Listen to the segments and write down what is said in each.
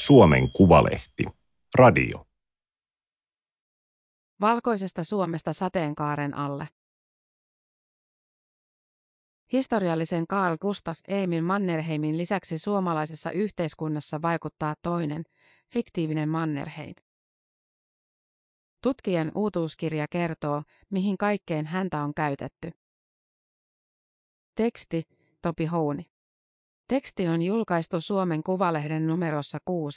Suomen Kuvalehti. Radio. Valkoisesta Suomesta sateenkaaren alle. Historiallisen Carl Gustaf Emil Mannerheimin lisäksi suomalaisessa yhteiskunnassa vaikuttaa toinen, fiktiivinen Mannerheim. Tutkijan uutuuskirja kertoo, mihin kaikkeen häntä on käytetty. Teksti, Topi Houni. Teksti on julkaistu Suomen Kuvalehden numerossa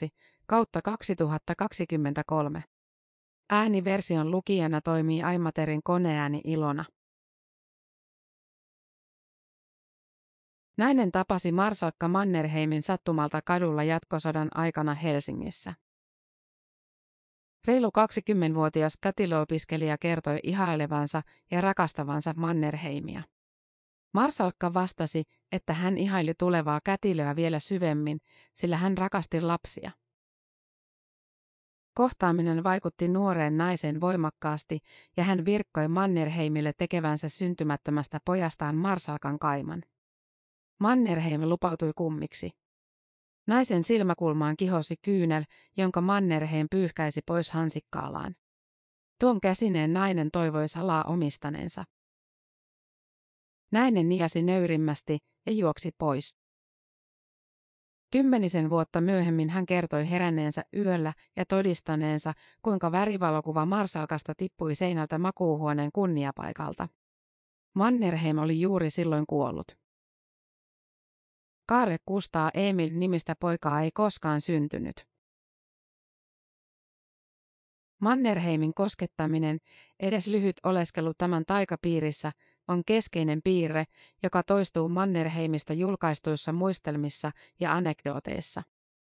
6/2023. Ääniversion lukijana toimii Aimaterin koneääni Ilona. Nainen tapasi marsalkka Mannerheimin sattumalta kadulla jatkosodan aikana Helsingissä. Reilu 20-vuotias kätilöopiskelija kertoi ihailevansa ja rakastavansa Mannerheimia. Marsalkka vastasi, että hän ihaili tulevaa kätilöä vielä syvemmin, sillä hän rakasti lapsia. Kohtaaminen vaikutti nuoreen naiseen voimakkaasti ja hän virkkoi Mannerheimille tekevänsä syntymättömästä pojastaan marsalkan kaiman. Mannerheim lupautui kummiksi. Naisen silmäkulmaan kihosi kyynel, jonka Mannerheim pyyhkäisi pois hansikkaalaan. Tuon käsineen nainen toivoi salaa omistaneensa. Nainen niasi nöyrimmästi ja juoksi pois. 10 vuotta myöhemmin hän kertoi heränneensä yöllä ja todistaneensa, kuinka värivalokuva marsalkasta tippui seinältä makuuhuoneen kunniapaikalta. Mannerheim oli juuri silloin kuollut. Carl Gustaf Emil nimistä poikaa ei koskaan syntynyt. Mannerheimin koskettaminen, edes lyhyt oleskelu tämän taikapiirissä, on keskeinen piirre, joka toistuu Mannerheimista julkaistuissa muistelmissa ja anekdooteissa.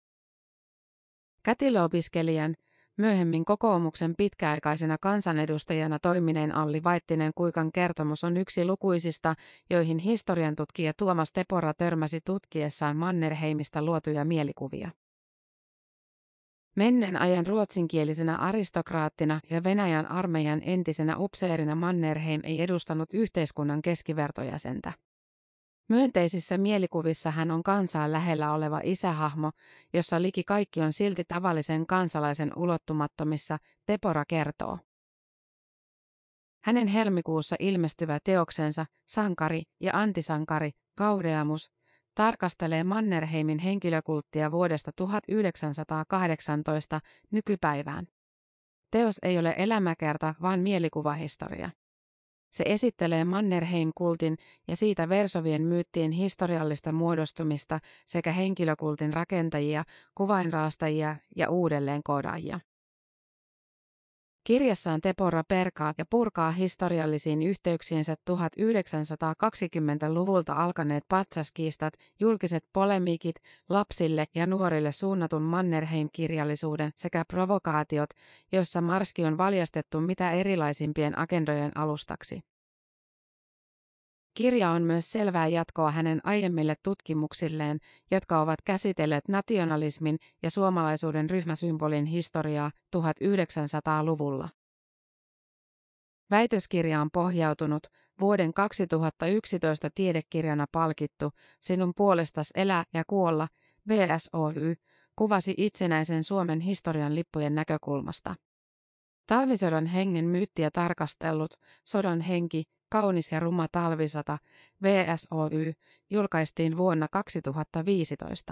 Kätilöopiskelijan, myöhemmin kokoomuksen pitkäaikaisena kansanedustajana toimineen Alli Vaittinen-Kuikan kertomus on yksi lukuisista, joihin historiantutkija Tuomas Tepora törmäsi tutkiessaan Mannerheimista luotuja mielikuvia. Menneen ajan ruotsinkielisenä aristokraattina ja Venäjän armeijan entisenä upseerina Mannerheim ei edustanut yhteiskunnan keskivertojäsentä. Myönteisissä mielikuvissa hän on kansaa lähellä oleva isähahmo, jossa liki kaikki on silti tavallisen kansalaisen ulottumattomissa, Tepora kertoo. Hänen helmikuussa ilmestyvä teoksensa Sankari ja antisankari, Gaudeamus, tarkastelee Mannerheimin henkilökulttia vuodesta 1918 nykypäivään. Teos ei ole elämäkerta, vaan mielikuvahistoria. Se esittelee Mannerheim-kultin ja siitä versovien myyttien historiallista muodostumista sekä henkilökultin rakentajia, kuvainraastajia ja uudelleenkoodaajia. Kirjassaan Tepora perkaa ja purkaa historiallisiin yhteyksiinsä 1920-luvulta alkaneet patsaskiistat, julkiset polemiikit, lapsille ja nuorille suunnatun Mannerheim-kirjallisuuden sekä provokaatiot, joissa Marski on valjastettu mitä erilaisimpien agendojen alustaksi. Kirja on myös selvää jatkoa hänen aiemmille tutkimuksilleen, jotka ovat käsitelleet nationalismin ja suomalaisuuden ryhmäsymbolin historiaa 1900-luvulla. Väitöskirja on pohjautunut vuoden 2011 tiedekirjana palkittu Sinun puolestas elää ja kuolla, VSOY, kuvasi itsenäisen Suomen historian lippujen näkökulmasta. Talvisodan hengen myyttiä tarkastellut Sodan henki, kaunis ja ruma talvisota, VSOY, julkaistiin vuonna 2015.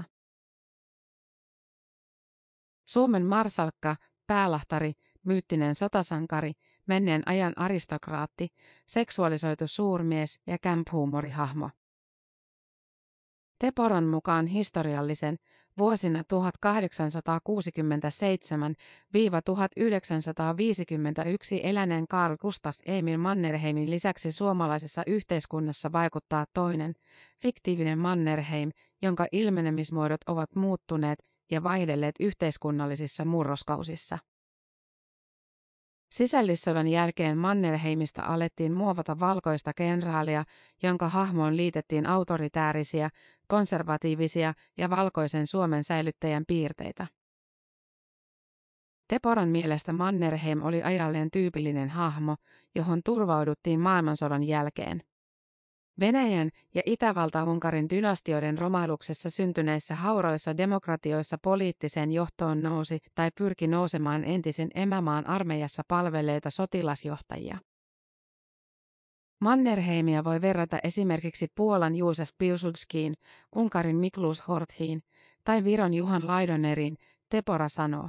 Suomen marsalkka, päälahtari, myyttinen sotasankari, menneen ajan aristokraatti, seksuaalisoitu suurmies ja camp-huumorihahmo. Teporan mukaan historiallisen, vuosina 1867–1951 eläneen Carl Gustaf Emil Mannerheimin lisäksi suomalaisessa yhteiskunnassa vaikuttaa toinen, fiktiivinen Mannerheim, jonka ilmenemismuodot ovat muuttuneet ja vaihdelleet yhteiskunnallisissa murroskausissa. Sisällissodan jälkeen Mannerheimista alettiin muovata valkoista kenraalia, jonka hahmoon liitettiin autoritäärisiä, konservatiivisia ja valkoisen Suomen säilyttäjän piirteitä. Teporan mielestä Mannerheim oli ajalleen tyypillinen hahmo, johon turvauduttiin maailmansodan jälkeen. Venäjän ja Itävalta-Unkarin dynastioiden romahduksessa syntyneissä hauroissa demokratioissa poliittiseen johtoon nousi tai pyrki nousemaan entisen emämaan armeijassa palvelleita sotilasjohtajia. Mannerheimia voi verrata esimerkiksi Puolan Józef Piłsudskiin, Unkarin Miklós Horthyin tai Viron Juhan Laidoneriin, Tepora sanoo.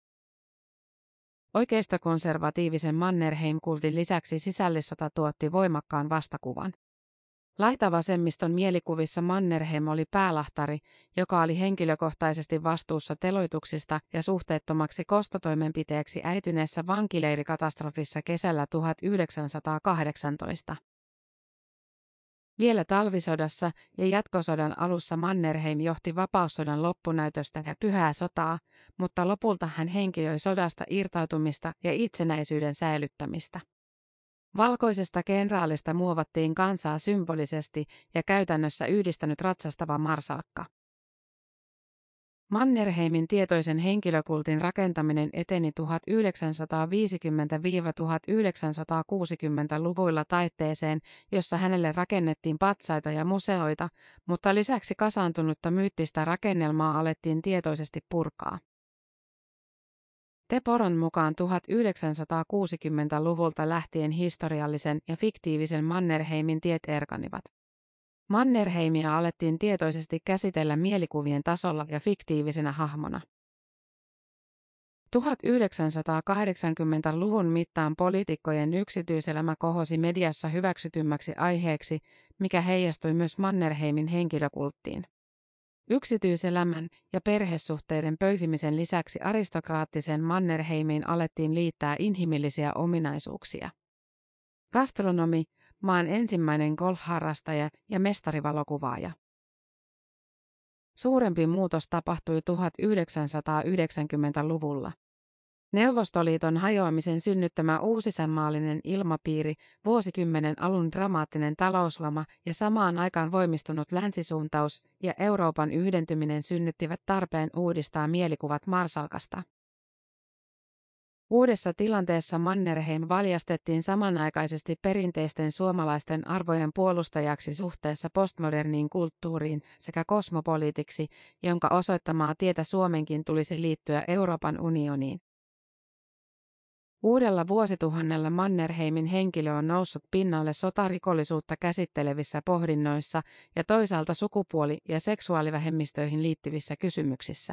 Oikeistokonservatiivisen Mannerheim-kultin lisäksi sisällissota tuotti voimakkaan vastakuvan. Laitavasemmiston mielikuvissa Mannerheim oli päälahtari, joka oli henkilökohtaisesti vastuussa teloituksista ja suhteettomaksi kostotoimenpiteeksi äityneessä vankileirikatastrofissa kesällä 1918. Vielä talvisodassa ja jatkosodan alussa Mannerheim johti vapaussodan loppunäytöstä ja pyhää sotaa, mutta lopulta hän henkilöi sodasta irtautumista ja itsenäisyyden säilyttämistä. Valkoisesta kenraalista muovattiin kansaa symbolisesti ja käytännössä yhdistänyt ratsastava marsalkka. Mannerheimin tietoisen henkilökultin rakentaminen eteni 1950–1960-luvuilla taitteeseen, jossa hänelle rakennettiin patsaita ja museoita, mutta lisäksi kasaantunutta myyttistä rakennelmaa alettiin tietoisesti purkaa. Teporon mukaan 1960-luvulta lähtien historiallisen ja fiktiivisen Mannerheimin tiet erkanivat. Mannerheimia alettiin tietoisesti käsitellä mielikuvien tasolla ja fiktiivisenä hahmona. 1980-luvun mittaan poliitikkojen yksityiselämä kohosi mediassa hyväksytymmäksi aiheeksi, mikä heijastui myös Mannerheimin henkilökulttiin. Yksityiselämän ja perhesuhteiden pöyhimisen lisäksi aristokraattiseen Mannerheimiin alettiin liittää inhimillisiä ominaisuuksia. Gastronomi, maan ensimmäinen golf-harrastaja ja mestarivalokuvaaja. Suurempi muutos tapahtui 1990-luvulla. Neuvostoliiton hajoamisen synnyttämä uusisänmaallinen ilmapiiri, vuosikymmenen alun dramaattinen talouslama ja samaan aikaan voimistunut länsisuuntaus ja Euroopan yhdentyminen synnyttivät tarpeen uudistaa mielikuvat marsalkasta. Uudessa tilanteessa Mannerheim valjastettiin samanaikaisesti perinteisten suomalaisten arvojen puolustajaksi suhteessa postmoderniin kulttuuriin sekä kosmopoliitiksi, jonka osoittamaa tietä Suomenkin tulisi liittyä Euroopan unioniin. Uudella vuosituhannella Mannerheimin henkilö on noussut pinnalle sotarikollisuutta käsittelevissä pohdinnoissa ja toisaalta sukupuoli- ja seksuaalivähemmistöihin liittyvissä kysymyksissä.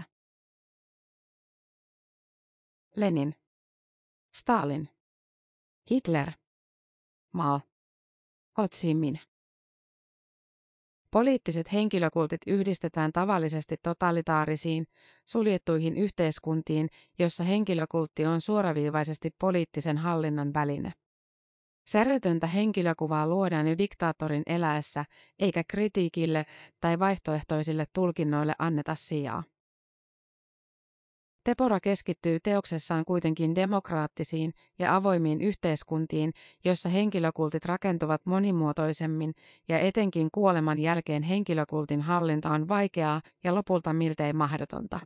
Lenin, Stalin, Hitler, Mao, Ho Chi Minh. Poliittiset henkilökultit yhdistetään tavallisesti totalitaarisiin, suljettuihin yhteiskuntiin, jossa henkilökultti on suoraviivaisesti poliittisen hallinnan väline. Särjetöntä henkilökuvaa luodaan jo diktaattorin eläessä, eikä kritiikille tai vaihtoehtoisille tulkinnoille anneta sijaa. Tepora keskittyy teoksessaan kuitenkin demokraattisiin ja avoimiin yhteiskuntiin, joissa henkilökultit rakentuvat monimuotoisemmin ja etenkin kuoleman jälkeen henkilökultin hallinta on vaikeaa ja lopulta miltei mahdotonta.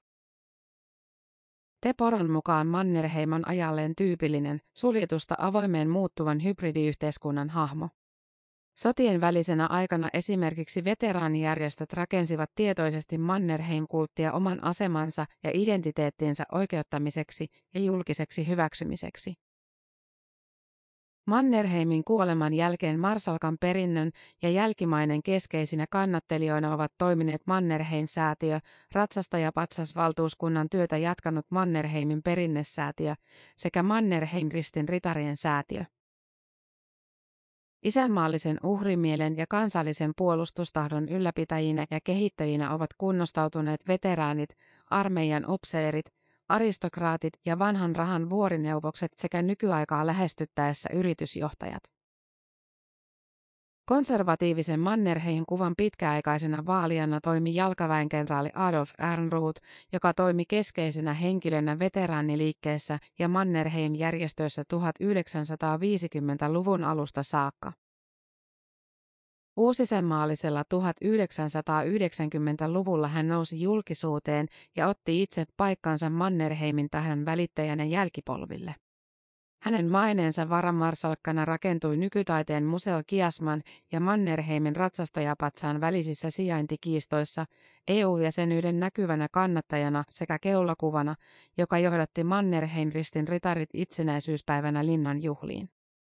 Teporan mukaan Mannerheim on ajalleen tyypillinen, suljetusta avoimeen muuttuvan hybridiyhteiskunnan hahmo. Sotien välisenä aikana esimerkiksi veteraanijärjestöt rakensivat tietoisesti Mannerheim-kulttia oman asemansa ja identiteettinsä oikeuttamiseksi ja julkiseksi hyväksymiseksi. Mannerheimin kuoleman jälkeen marsalkan perinnön ja jälkimainen keskeisinä kannattelijoina ovat toimineet Mannerheim-säätiö, ratsastajapatsasvaltuuskunnan työtä jatkanut Mannerheimin perinnesäätiö sekä Mannerheim-ristin ritarien säätiö. Isänmaallisen uhrimielen ja kansallisen puolustustahdon ylläpitäjinä ja kehittäjinä ovat kunnostautuneet veteraanit, armeijan upseerit, aristokraatit ja vanhan rahan vuorineuvokset sekä nykyaikaa lähestyttäessä yritysjohtajat. Konservatiivisen Mannerheim-kuvan pitkäaikaisena vaalijana toimi jalkaväenkenraali Adolf Ehrnrooth, joka toimi keskeisenä henkilönä veteraaniliikkeessä ja Mannerheim-järjestöissä 1950-luvun alusta saakka. Uusisänmaallisella 1990-luvulla hän nousi julkisuuteen ja otti itse paikkansa Mannerheimin tahdon välittäjänä jälkipolville. Hänen maineensa varamarsalkkana rakentui nykytaiteen museo Kiasman ja Mannerheimin ratsastajapatsaan välisissä sijaintikiistoissa, EU-jäsenyyden näkyvänä kannattajana sekä keulakuvana, joka johdatti Mannerheim-ristin ritarit itsenäisyyspäivänä linnan juhliin.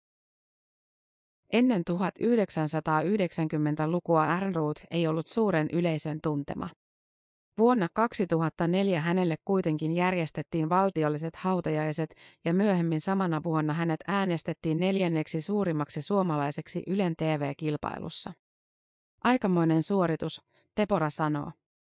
Ennen 1990-lukua Ehrnrooth ei ollut suuren yleisön tuntema. Vuonna 2004 hänelle kuitenkin järjestettiin valtiolliset hautajaiset ja myöhemmin samana vuonna hänet äänestettiin 4. suurimmaksi suomalaiseksi Ylen TV-kilpailussa. Aikamoinen suoritus, Tepora sanoo.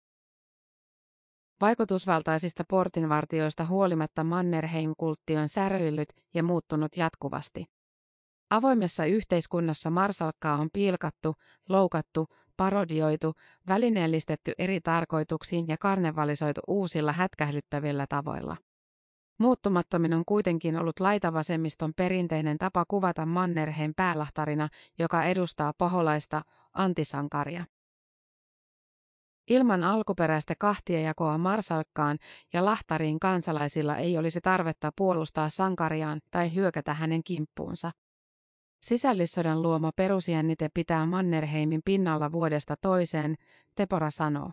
Vaikutusvaltaisista portinvartijoista huolimatta Mannerheim-kultti on säröillyt ja muuttunut jatkuvasti. Avoimessa yhteiskunnassa marsalkkaa on pilkattu, loukattu, parodioitu, välineellistetty eri tarkoituksiin ja karnevalisoitu uusilla hätkähdyttävillä tavoilla. Muuttumattomin on kuitenkin ollut laitavasemmiston perinteinen tapa kuvata Mannerheim päälahtarina, joka edustaa paholaista antisankaria. Ilman alkuperäistä kahtiajakoa marsalkkaan ja lahtariin kansalaisilla ei olisi tarvetta puolustaa sankariaan tai hyökätä hänen kimppuunsa. Sisällissodan luoma perusjännite pitää Mannerheimin pinnalla vuodesta toiseen, Tepora sanoo.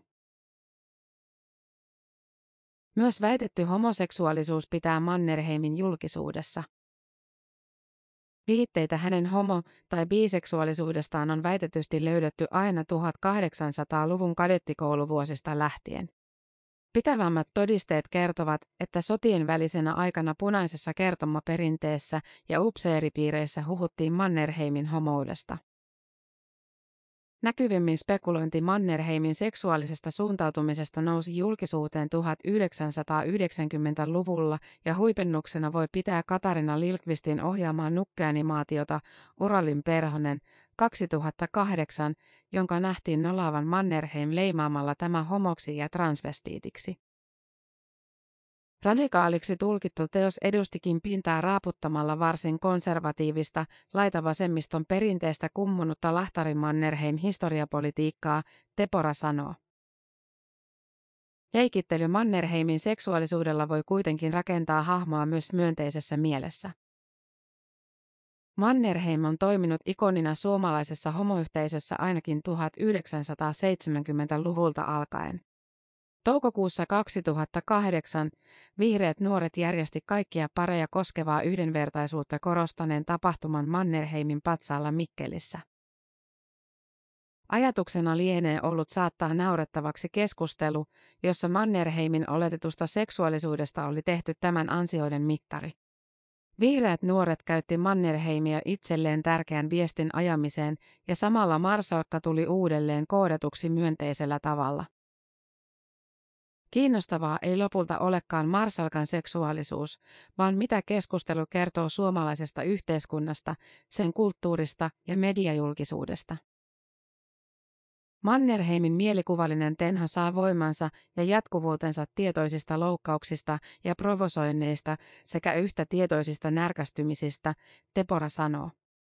Myös väitetty homoseksuaalisuus pitää Mannerheimin julkisuudessa. Viitteitä hänen homo- tai biseksuaalisuudestaan on väitetysti löydetty aina 1800-luvun kadettikouluvuosista lähtien. Pitävämmät todisteet kertovat, että sotien välisenä aikana punaisessa kertomaperinteessä ja upseeripiireissä huhuttiin Mannerheimin homoudesta. Näkyvimmin spekulointi Mannerheimin seksuaalisesta suuntautumisesta nousi julkisuuteen 1990-luvulla ja huipennuksena voi pitää Katarina Lilkvistin ohjaamaa nukkeanimaatiota Uralin perhonen 2008, jonka nähtiin nolaavan Mannerheim leimaamalla tämä homoksi ja transvestiitiksi. Radikaaliksi tulkittu teos edustikin pintaa raaputtamalla varsin konservatiivista, laitavasemmiston perinteestä kummunutta lahtarin Mannerheim historiapolitiikkaa, Tepora sanoo. Leikittely Mannerheimin seksuaalisuudella voi kuitenkin rakentaa hahmoa myös myönteisessä mielessä. Mannerheim on toiminut ikonina suomalaisessa homoyhteisössä ainakin 1970-luvulta alkaen. Toukokuussa 2008 Vihreät nuoret järjesti kaikkia pareja koskevaa yhdenvertaisuutta korostaneen tapahtuman Mannerheimin patsaalla Mikkelissä. Ajatuksena lienee ollut saattaa naurettavaksi keskustelu, jossa Mannerheimin oletetusta seksuaalisuudesta oli tehty tämän ansioiden mittari. Vihreät nuoret käytti Mannerheimia itselleen tärkeän viestin ajamiseen ja samalla marsalkka tuli uudelleen koodatuksi myönteisellä tavalla. Kiinnostavaa ei lopulta olekaan marsalkan seksuaalisuus, vaan mitä keskustelu kertoo suomalaisesta yhteiskunnasta, sen kulttuurista ja mediajulkisuudesta. Mannerheimin mielikuvallinen tenha saa voimansa ja jatkuvuutensa tietoisista loukkauksista ja provosoinneista sekä yhtä tietoisista närkästymisistä, Tepora sanoo.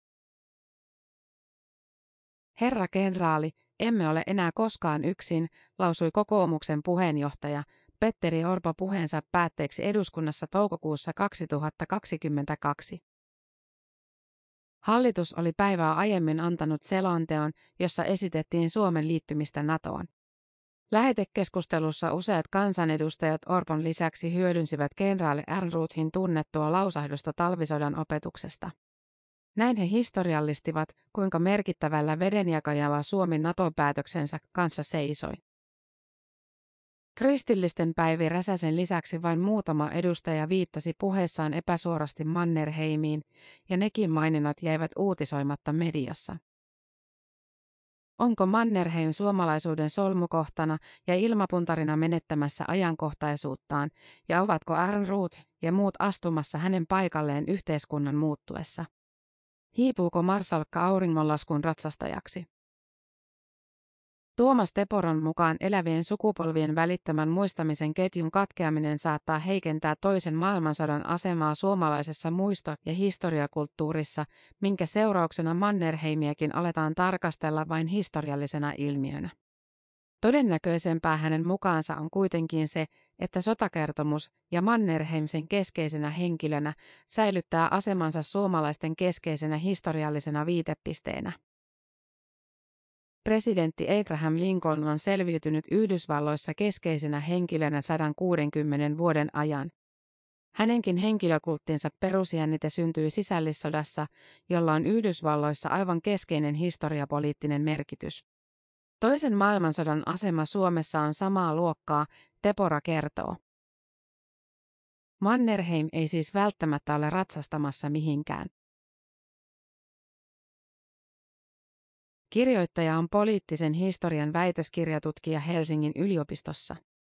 Herra kenraali, emme ole enää koskaan yksin, lausui kokoomuksen puheenjohtaja Petteri Orpo puheensa päätteeksi eduskunnassa toukokuussa 2022. Hallitus oli päivää aiemmin antanut selonteon, jossa esitettiin Suomen liittymistä NATOon. Lähetekeskustelussa useat kansanedustajat Orpon lisäksi hyödynsivät kenraali Ehrnroothin tunnettua lausahdusta talvisodan opetuksesta. Näin he historiallistivat, kuinka merkittävällä vedenjakajalla Suomi NATO-päätöksensä kanssa seisoi. Kristillisten Päivi Räsäsen lisäksi vain muutama edustaja viittasi puheessaan epäsuorasti Mannerheimiin, ja nekin maininnat jäivät uutisoimatta mediassa. Onko Mannerheim suomalaisuuden solmukohtana ja ilmapuntarina menettämässä ajankohtaisuuttaan, ja ovatko Ehrnrooth ja muut astumassa hänen paikalleen yhteiskunnan muuttuessa? Hiipuuko marsalkka auringonlaskun ratsastajaksi? Tuomas Teporon mukaan elävien sukupolvien välittämän muistamisen ketjun katkeaminen saattaa heikentää toisen maailmansodan asemaa suomalaisessa muisto- ja historiakulttuurissa, minkä seurauksena Mannerheimiakin aletaan tarkastella vain historiallisena ilmiönä. Todennäköisempää hänen mukaansa on kuitenkin se, että sotakertomus ja Mannerheim sen keskeisenä henkilönä säilyttää asemansa suomalaisten keskeisenä historiallisena viitepisteenä. Presidentti Abraham Lincoln on selviytynyt Yhdysvalloissa keskeisenä henkilönä 160 vuoden ajan. Hänenkin henkilökulttinsa perusjännite syntyi sisällissodassa, jolla on Yhdysvalloissa aivan keskeinen historiapoliittinen merkitys. Toisen maailmansodan asema Suomessa on samaa luokkaa, Tepora kertoo. Mannerheim ei siis välttämättä ole ratsastamassa mihinkään. Kirjoittaja on poliittisen historian väitöskirjatutkija Helsingin yliopistossa.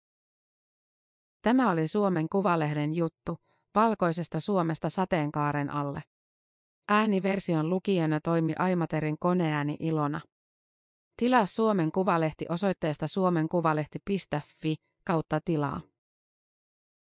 Tämä oli Suomen Kuvalehden juttu, valkoisesta Suomesta sateenkaaren alle. Ääniversion lukijana toimi Aimaterin koneääni Ilona. Tilaa Suomen Kuvalehti osoitteesta suomenkuvalehti.fi/tilaa.